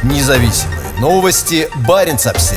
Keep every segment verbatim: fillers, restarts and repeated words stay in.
Независимые новости. Баренц-Обсервер.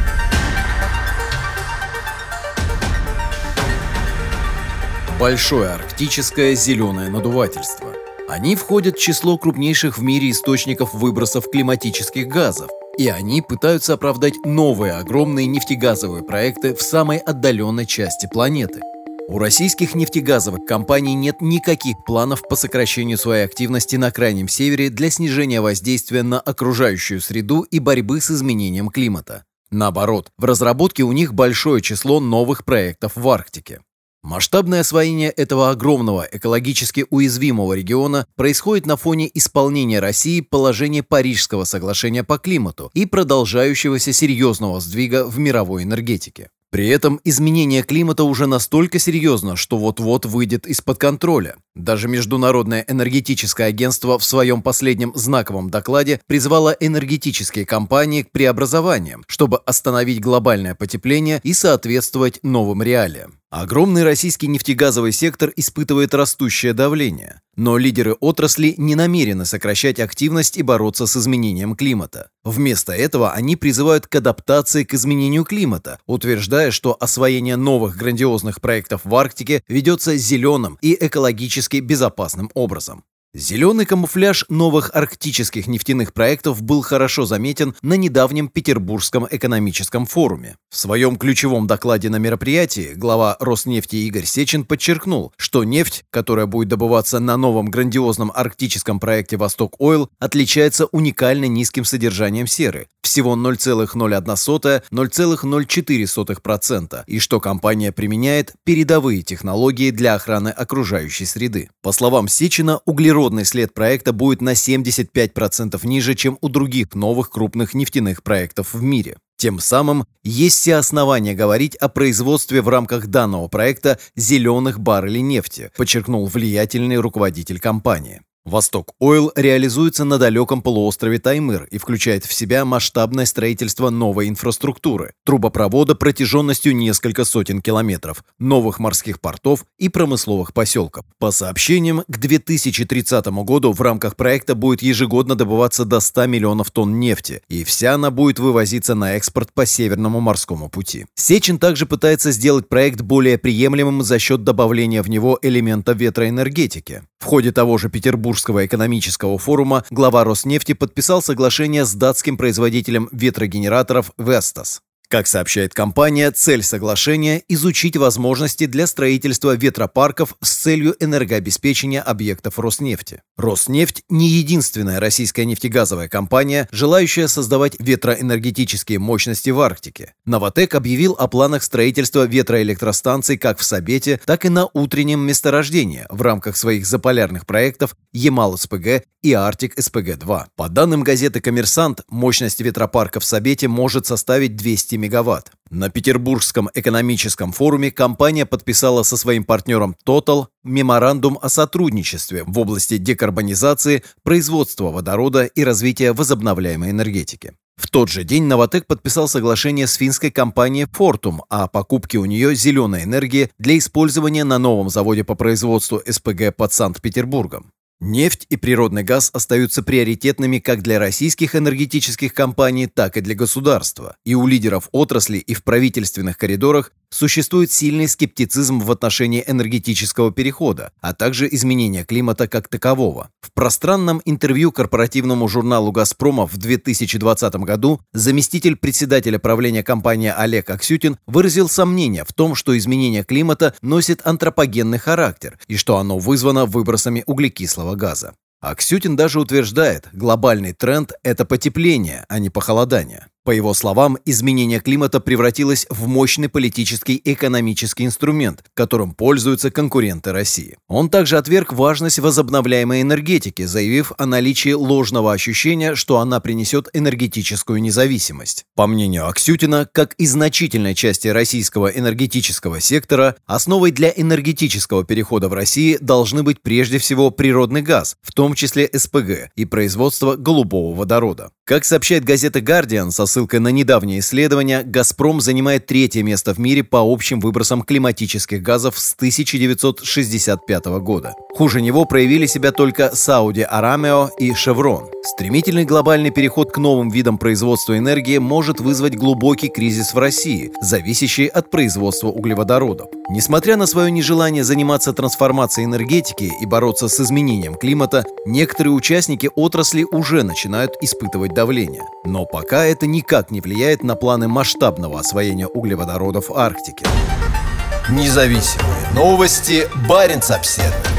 Большое арктическое зеленое надувательство. Они входят в число крупнейших в мире источников выбросов климатических газов, и они пытаются оправдать новые огромные нефтегазовые проекты в самой отдаленной части планеты. У российских нефтегазовых компаний нет никаких планов по сокращению своей активности на Крайнем Севере для снижения воздействия на окружающую среду и борьбы с изменением климата. Наоборот, в разработке у них большое число новых проектов в Арктике. Масштабное освоение этого огромного экологически уязвимого региона происходит на фоне исполнения России положения Парижского соглашения по климату и продолжающегося серьезного сдвига в мировой энергетике. При этом изменение климата уже настолько серьезно, что вот-вот выйдет из-под контроля. Даже Международное энергетическое агентство в своем последнем знаковом докладе призвало энергетические компании к преобразованиям, чтобы остановить глобальное потепление и соответствовать новым реалиям. Огромный российский нефтегазовый сектор испытывает растущее давление, но лидеры отрасли не намерены сокращать активность и бороться с изменением климата. Вместо этого они призывают к адаптации к изменению климата, утверждая, что освоение новых грандиозных проектов в Арктике ведется зеленым и экологически безопасным образом. Зеленый камуфляж новых арктических нефтяных проектов был хорошо заметен на недавнем Петербургском экономическом форуме. В своем ключевом докладе на мероприятии глава Роснефти Игорь Сечин подчеркнул, что нефть, которая будет добываться на новом грандиозном арктическом проекте «Восток Ойл», отличается уникально низким содержанием серы, всего ноль целых ноль одна сотая — ноль целых ноль четыре сотых процента, и что компания применяет передовые технологии для охраны окружающей среды. По словам Сечина, углерод Углеродный след проекта будет на семьдесят пять процентов ниже, чем у других новых крупных нефтяных проектов в мире. Тем самым есть все основания говорить о производстве в рамках данного проекта зеленых баррелей нефти, подчеркнул влиятельный руководитель компании. «Восток Ойл» реализуется на далеком полуострове Таймыр и включает в себя масштабное строительство новой инфраструктуры, трубопровода протяженностью несколько сотен километров, новых морских портов и промысловых поселков. По сообщениям, к две тысячи тридцатому году в рамках проекта будет ежегодно добываться до ста миллионов тонн нефти, и вся она будет вывозиться на экспорт по Северному морскому пути. Сечин также пытается сделать проект более приемлемым за счет добавления в него элемента ветроэнергетики. В ходе того же Петербургского экономического форума глава Роснефти подписал соглашение с датским производителем ветрогенераторов Vestas. Как сообщает компания, цель соглашения – изучить возможности для строительства ветропарков с целью энергообеспечения объектов Роснефти. Роснефть – не единственная российская нефтегазовая компания, желающая создавать ветроэнергетические мощности в Арктике. «Новатэк» объявил о планах строительства ветроэлектростанций как в Сабете, так и на утреннем месторождении в рамках своих заполярных проектов Ямал-СПГ и Арктик-СПГ два. По данным газеты «Коммерсант», мощность ветропарка в Сабете может составить двести мегаватт. На Петербургском экономическом форуме компания подписала со своим партнером Total меморандум о сотрудничестве в области декарбонизации, производства водорода и развития возобновляемой энергетики. В тот же день «Новатэк» подписал соглашение с финской компанией Fortum о покупке у нее зеленой энергии для использования на новом заводе по производству СПГ под Санкт-Петербургом. Нефть и природный газ остаются приоритетными как для российских энергетических компаний, так и для государства. И у лидеров отрасли и в правительственных коридорах существует сильный скептицизм в отношении энергетического перехода, а также изменения климата как такового. В пространном интервью корпоративному журналу «Газпрома» в две тысячи двадцатом году заместитель председателя правления компании Олег Аксютин выразил сомнение в том, что изменение климата носит антропогенный характер и что оно вызвано выбросами углекислого газа. Аксютин даже утверждает, глобальный тренд – это потепление, а не похолодание. По его словам, изменение климата превратилось в мощный политический и экономический инструмент, которым пользуются конкуренты России. Он также отверг важность возобновляемой энергетики, заявив о наличии ложного ощущения, что она принесет энергетическую независимость. По мнению Аксютина, как и значительной части российского энергетического сектора, основой для энергетического перехода в России должны быть прежде всего природный газ, в том числе СПГ, и производство голубого водорода. Как сообщает газета «Гардиан» со ссылкой на недавнее исследование, «Газпром» занимает третье место в мире по общим выбросам климатических газов с тысяча девятьсот шестьдесят пятого года. Хуже него проявили себя только Saudi Aramco и Chevron. Стремительный глобальный переход к новым видам производства энергии может вызвать глубокий кризис в России, зависящий от производства углеводородов. Несмотря на свое нежелание заниматься трансформацией энергетики и бороться с изменением климата, некоторые участники отрасли уже начинают испытывать давление. Но пока это никак не влияет на планы масштабного освоения углеводородов Арктики. Независимые новости. Баренц-Обседный.